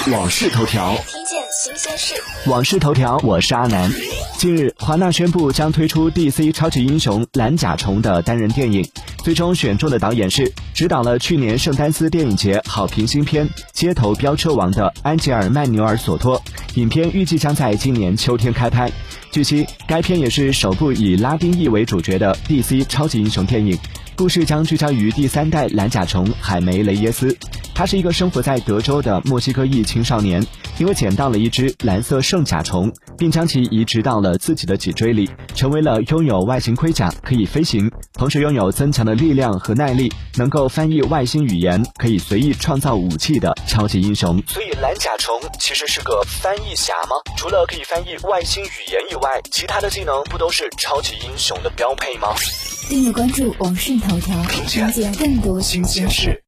往事头条， 听见新鲜事。 往事头条，我是阿南。近日，华纳宣布将推出 DC 超级英雄蓝甲虫的单人电影，最终选中的导演是执导了去年圣丹斯电影节好评新片《街头飙车王》的安吉尔·曼纽尔索托。影片预计将在今年秋天开拍。据悉，该片也是首部以拉丁裔为主角的 DC 超级英雄电影。故事将聚焦于第3代蓝甲虫海梅雷耶斯，他是一个生活在德州的墨西哥裔青少年，因为捡到了一只蓝色圣甲虫，并将其移植到了自己的脊椎里，成为了拥有外形盔甲，可以飞行，同时拥有增强的力量和耐力，能够翻译外星语言，可以随意创造武器的超级英雄。所以蓝甲虫其实是个翻译侠吗？除了可以翻译外星语言以外，其他的技能不都是超级英雄的标配吗？ 订阅关注网讯头条，了解更多新鲜事。